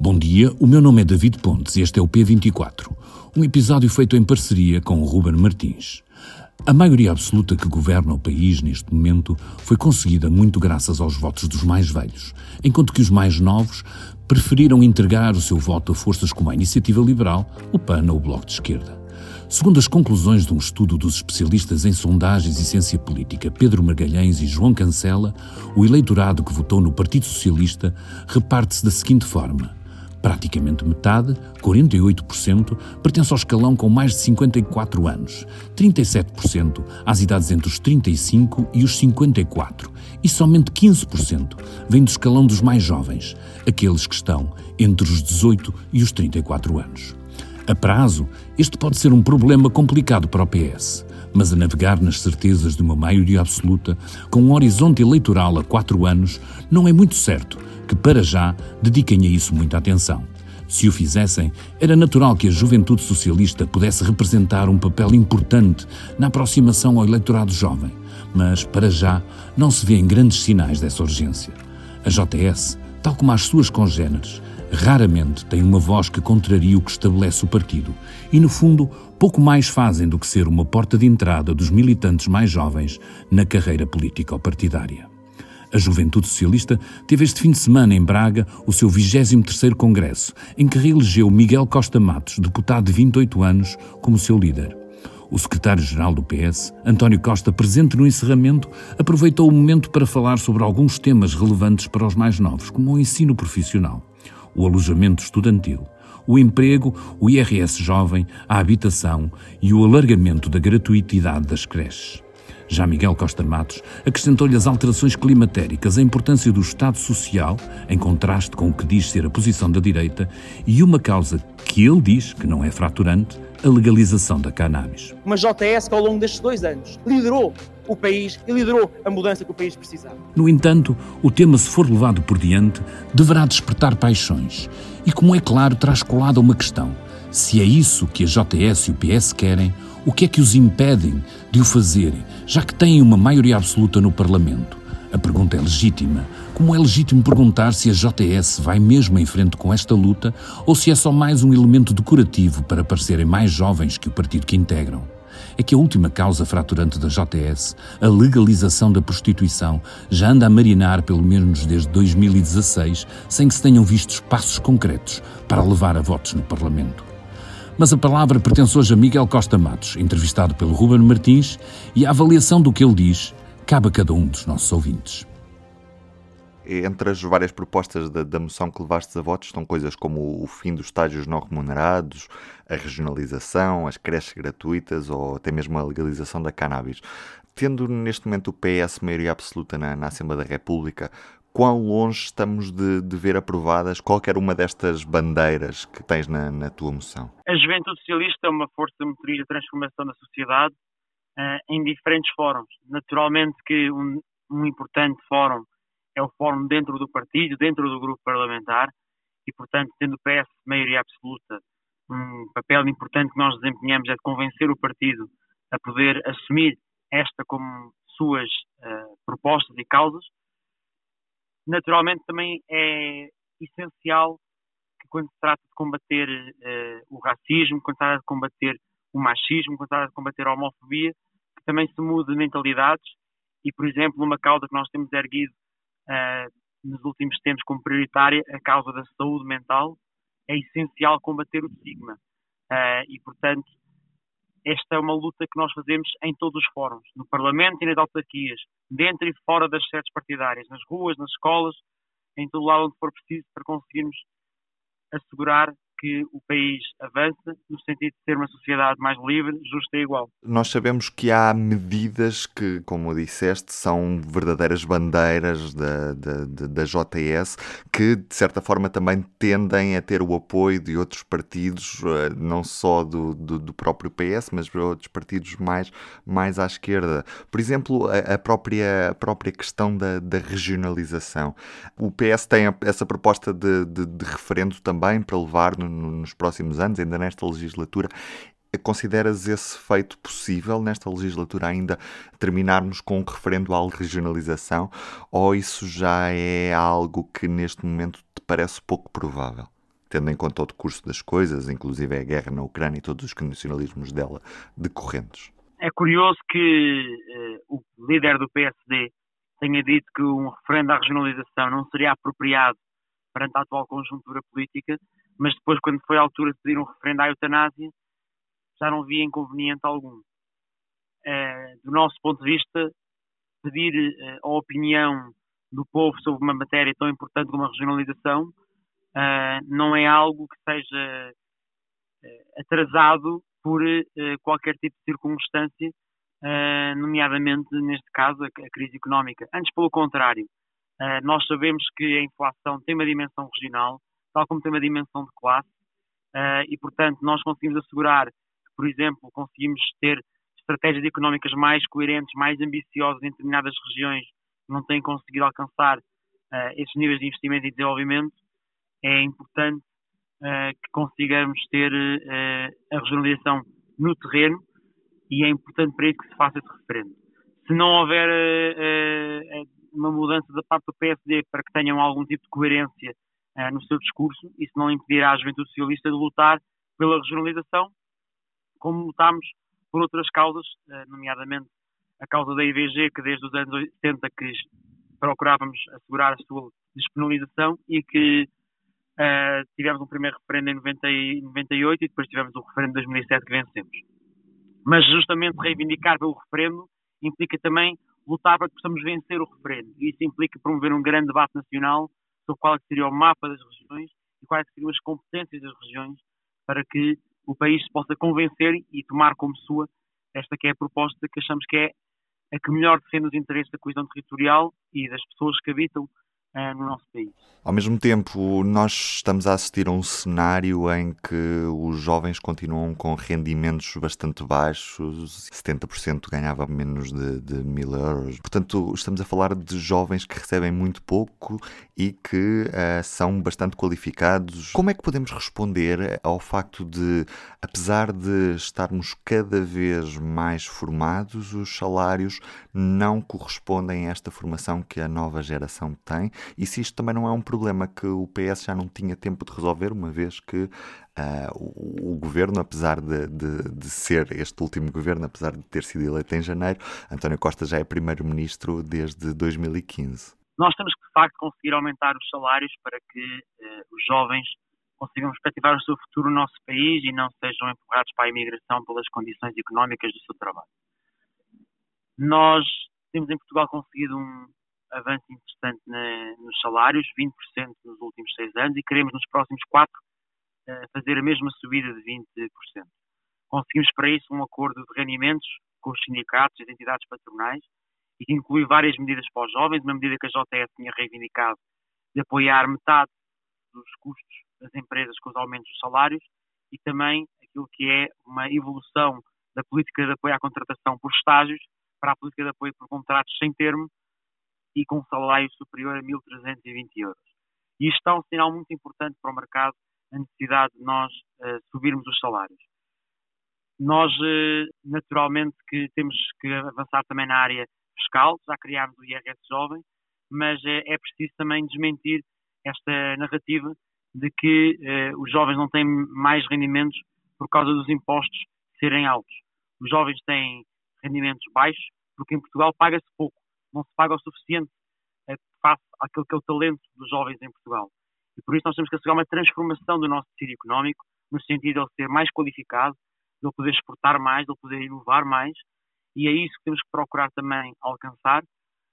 Bom dia, o meu nome é David Pontes e este é o P24, um episódio feito em parceria com o Ruben Martins. A maioria absoluta que governa o país neste momento foi conseguida muito graças aos votos dos mais velhos, enquanto que os mais novos preferiram entregar o seu voto a forças como a Iniciativa Liberal, o PAN ou o Bloco de Esquerda. Segundo as conclusões de um estudo dos especialistas em sondagens e ciência política Pedro Margalhães e João Cancela, o eleitorado que votou no Partido Socialista reparte-se da seguinte forma: praticamente metade, 48%, pertence ao escalão com mais de 54 anos, 37% às idades entre os 35 e os 54 e somente 15% vem do escalão dos mais jovens, aqueles que estão entre os 18 e os 34 anos. A prazo, este pode ser um problema complicado para o PS, mas a navegar nas certezas de uma maioria absoluta, com um horizonte eleitoral a 4 anos, não é muito certo que, para já, dediquem a isso muita atenção. Se o fizessem, era natural que a juventude socialista pudesse representar um papel importante na aproximação ao eleitorado jovem, mas, para já, não se vêem grandes sinais dessa urgência. A JS, tal como as suas congêneres, raramente tem uma voz que contraria o que estabelece o partido e, no fundo, pouco mais fazem do que ser uma porta de entrada dos militantes mais jovens na carreira político-partidária. A Juventude Socialista teve este fim de semana em Braga o seu 23º Congresso, em que reelegeu Miguel Costa Matos, deputado de 28 anos, como seu líder. O secretário-geral do PS, António Costa, presente no encerramento, aproveitou o momento para falar sobre alguns temas relevantes para os mais novos, como o ensino profissional, o alojamento estudantil, o emprego, o IRS jovem, a habitação e o alargamento da gratuitidade das creches. Já Miguel Costa Matos acrescentou-lhe as alterações climatéricas, a importância do Estado Social, em contraste com o que diz ser a posição da direita, e uma causa que ele diz que não é fraturante, a legalização da cannabis. Uma JS que ao longo destes 2 anos liderou o país e liderou a mudança que o país precisava. No entanto, o tema, se for levado por diante, deverá despertar paixões. E, como é claro, traz colada uma questão: se é isso que a JS e o PS querem, o que é que os impedem de o fazerem, já que têm uma maioria absoluta no Parlamento? A pergunta é legítima, como é legítimo perguntar se a JS vai mesmo em frente com esta luta ou se é só mais um elemento decorativo para parecerem mais jovens que o partido que integram. É que a última causa fraturante da JS, a legalização da prostituição, já anda a marinar pelo menos desde 2016, sem que se tenham visto passos concretos para levar a votos no Parlamento. Mas a palavra pertence hoje a Miguel Costa Matos, entrevistado pelo Ruben Martins, e a avaliação do que ele diz cabe a cada um dos nossos ouvintes. Entre as várias propostas da moção que levastes a votos estão coisas como o fim dos estágios não remunerados, a regionalização, as creches gratuitas ou até mesmo a legalização da cannabis. Tendo neste momento o PS maioria absoluta na Assembleia da República, quão longe estamos de ver aprovadas qualquer uma destas bandeiras que tens na tua moção? A Juventude Socialista é uma força motriz de transformação da sociedade em diferentes fóruns. Naturalmente que um importante fórum é o fórum dentro do partido, dentro do grupo parlamentar, e, portanto, tendo o PS maioria absoluta, um papel importante que nós desempenhamos é de convencer o partido a poder assumir esta como suas propostas e causas. Naturalmente também é essencial que, quando se trata de combater o racismo, quando se trata de combater o machismo, quando se trata de combater a homofobia, que também se mude mentalidades e, por exemplo, uma causa que nós temos erguido nos últimos tempos como prioritária, a causa da saúde mental, é essencial combater o estigma. E, portanto, esta é uma luta que nós fazemos em todos os fóruns, no Parlamento e nas autarquias, dentro e fora das sedes partidárias, nas ruas, nas escolas, em todo lado onde for preciso, para conseguirmos assegurar que o país avança no sentido de ser uma sociedade mais livre, justa e igual. Nós sabemos que há medidas que, como disseste, são verdadeiras bandeiras da JS, que de certa forma também tendem a ter o apoio de outros partidos, não só do próprio PS, mas de outros partidos mais à esquerda. Por exemplo, a própria questão da regionalização. O PS tem essa proposta de referendo também para levar nos próximos anos, ainda nesta legislatura. Consideras esse feito possível nesta legislatura ainda terminarmos com um referendo à regionalização, ou isso já é algo que neste momento te parece pouco provável? tendo em conta o decurso das coisas, inclusive a guerra na Ucrânia e todos os nacionalismos dela decorrentes. É curioso que o líder do PSD tenha dito que um referendo à regionalização não seria apropriado perante a atual conjuntura política, mas depois, quando foi a altura de pedir um referendo à eutanásia, já não via inconveniente algum. Do nosso ponto de vista, pedir a opinião do povo sobre uma matéria tão importante como a regionalização não é algo que seja atrasado por qualquer tipo de circunstância, nomeadamente, neste caso, a crise económica. Antes, pelo contrário, nós sabemos que a inflação tem uma dimensão regional, tal como tem uma dimensão de classe, e, portanto, nós conseguimos assegurar que, por exemplo, conseguimos ter estratégias económicas mais coerentes, mais ambiciosas em determinadas regiões que não têm conseguido alcançar esses níveis de investimento e desenvolvimento. É importante que consigamos ter a regionalização no terreno e é importante para isso que se faça esse referendo. Se não houver uma mudança da parte do PSD para que tenham algum tipo de coerência no seu discurso, isso não impedirá a Juventude Socialista de lutar pela regionalização, como lutámos por outras causas, nomeadamente a causa da IVG, que desde os anos 80 que procurávamos assegurar a sua despenalização e que tivemos um primeiro referendo em 98 e depois tivemos o referendo de 2007 que vencemos. Mas justamente reivindicar pelo referendo implica também lutar para que possamos vencer o referendo. E isso implica promover um grande debate nacional sobre qual seria o mapa das regiões e quais seriam as competências das regiões para que o país se possa convencer e tomar como sua esta que é a proposta que achamos que é a que melhor defende os interesses da coesão territorial e das pessoas que habitam no nosso país. Ao mesmo tempo, nós estamos a assistir a um cenário em que os jovens continuam com rendimentos bastante baixos, 70% ganhava menos de 1.000 euros. Portanto, estamos a falar de jovens que recebem muito pouco e que são bastante qualificados. Como é que podemos responder ao facto de, apesar de estarmos cada vez mais formados, os salários não correspondem a esta formação que a nova geração tem? E se isto também não é um problema que o PS já não tinha tempo de resolver, uma vez que o governo, apesar de ser este último governo, apesar de ter sido eleito em janeiro, António Costa já é primeiro-ministro desde 2015. Nós temos que, de facto, conseguir aumentar os salários para que os jovens consigam perspectivar o seu futuro no nosso país e não sejam empurrados para a imigração pelas condições económicas do seu trabalho. Nós temos em Portugal conseguido um avanço interessante nos salários, 20% nos últimos 6 anos, e queremos nos próximos 4 fazer a mesma subida de 20%. Conseguimos para isso um acordo de rendimentos com os sindicatos e as entidades patronais e que inclui várias medidas para os jovens, uma medida que a JTS tinha reivindicado de apoiar metade dos custos das empresas com os aumentos dos salários e também aquilo que é uma evolução da política de apoio à contratação por estágios para a política de apoio por contratos sem termo e com um salário superior a 1.320 euros. E isto é um sinal muito importante para o mercado, a necessidade de nós subirmos os salários. Nós, naturalmente, que temos que avançar também na área fiscal, já criámos o IRS jovem, mas é preciso também desmentir esta narrativa de que os jovens não têm mais rendimentos por causa dos impostos serem altos. Os jovens têm rendimentos baixos porque em Portugal paga-se pouco. Não se paga o suficiente face àquilo que é o talento dos jovens em Portugal. E por isso nós temos que assegurar uma transformação do nosso tecido económico, no sentido de ele ser mais qualificado, de ele poder exportar mais, de ele poder inovar mais, e é isso que temos que procurar também alcançar,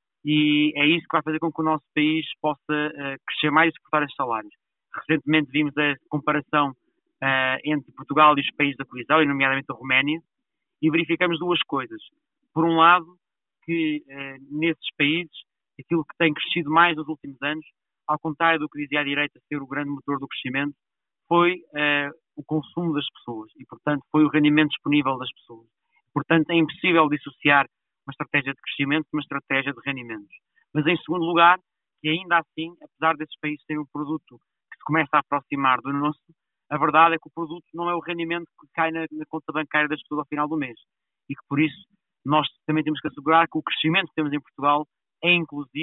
e é isso que vai fazer com que o nosso país possa crescer mais e suportar estes salários. Recentemente vimos a comparação entre Portugal e os países da coesão, e nomeadamente a Roménia, e verificamos duas coisas. Por um lado, que nesses países, aquilo que tem crescido mais nos últimos anos, ao contrário do que dizia a direita ser o grande motor do crescimento, foi o consumo das pessoas e, portanto, foi o rendimento disponível das pessoas. Portanto, é impossível dissociar uma estratégia de crescimento de uma estratégia de rendimentos. Mas, em segundo lugar, que ainda assim, apesar desses países terem um produto que se começa a aproximar do nosso, a verdade é que o produto não é o rendimento que cai na conta bancária das pessoas ao final do mês. E que, por isso, nós também temos que assegurar que o crescimento que temos em Portugal é inclusivo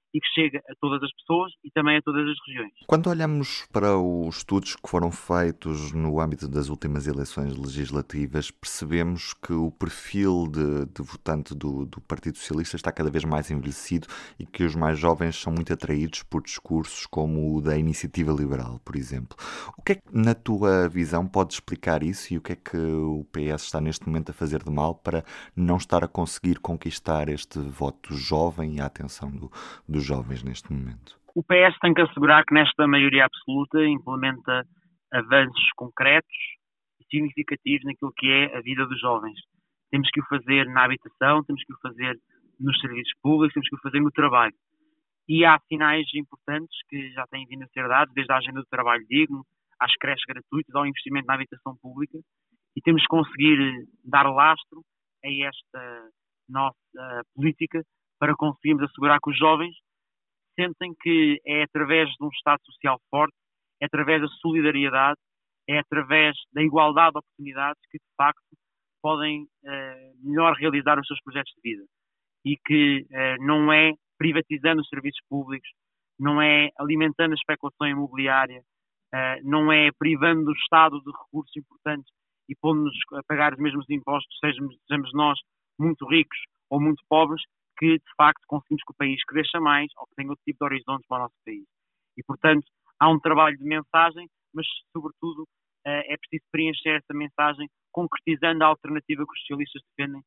e que chegue a todas as pessoas e também a todas as regiões. Quando olhamos para os estudos que foram feitos no âmbito das últimas eleições legislativas, percebemos que o perfil de votante do Partido Socialista está cada vez mais envelhecido e que os mais jovens são muito atraídos por discursos como o da Iniciativa Liberal, por exemplo. O que é que, na tua visão, pode explicar isso e o que é que o PS está neste momento a fazer de mal para não estar a conseguir conquistar este voto jovem e a atenção dos jovens neste momento? O PS tem que assegurar que nesta maioria absoluta implementa avanços concretos e significativos naquilo que é a vida dos jovens. Temos que o fazer na habitação, temos que o fazer nos serviços públicos, temos que o fazer no trabalho. E há sinais importantes que já têm vindo a ser dados, desde a agenda do trabalho digno, às creches gratuitas, ao investimento na habitação pública, e temos que conseguir dar lastro a esta nossa política para conseguirmos assegurar que os jovens sentem que é através de um Estado social forte, é através da solidariedade, é através da igualdade de oportunidades que, de facto, podem melhor realizar os seus projetos de vida. E que não é privatizando os serviços públicos, não é alimentando a especulação imobiliária, não é privando o Estado de recursos importantes e pondo-nos a pagar os mesmos impostos, sejamos nós muito ricos ou muito pobres, que de facto conseguimos que o país cresça mais ou que tenha outro tipo de horizontes para o nosso país. E, portanto, há um trabalho de mensagem, mas, sobretudo, é preciso preencher essa mensagem concretizando a alternativa que os socialistas defendem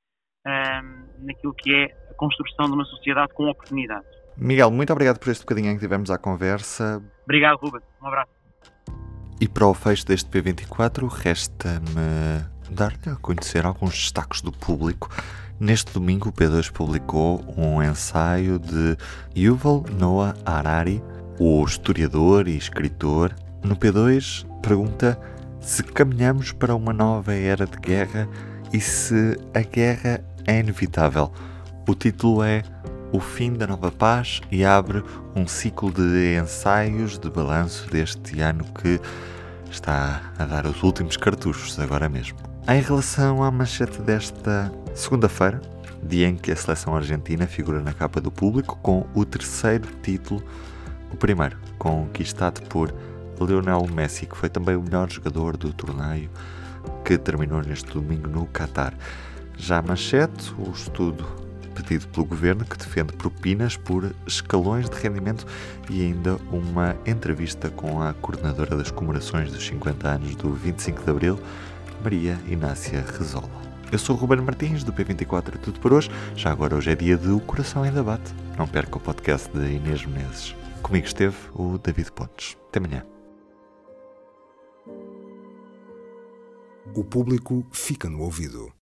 naquilo que é a construção de uma sociedade com oportunidades. Miguel, muito obrigado por este bocadinho em que tivemos à conversa. Obrigado, Ruben. Um abraço. E para o fecho deste P24, resta-me dar-lhe a conhecer alguns destaques do público. Neste domingo, o P2 publicou um ensaio de Yuval Noah Harari, o historiador e escritor. No P2, pergunta se caminhamos para uma nova era de guerra e se a guerra é inevitável. O título é O Fim da Nova Paz e abre um ciclo de ensaios de balanço deste ano que está a dar os últimos cartuchos agora mesmo. Em relação à manchete desta segunda-feira, dia em que a seleção argentina figura na capa do público com o terceiro título, o primeiro conquistado por Lionel Messi, que foi também o melhor jogador do torneio que terminou neste domingo no Qatar. Já a manchete, o estudo pedido pelo governo que defende propinas por escalões de rendimento e ainda uma entrevista com a coordenadora das comemorações dos 50 anos do 25 de Abril, Maria Inácia Rezola. Eu sou o Ruben Martins, do P24 é tudo por hoje. Já agora hoje é dia de O Coração em Debate. Não perca o podcast de Inês Menezes. Comigo esteve o David Pontes. Até amanhã. O público fica no ouvido.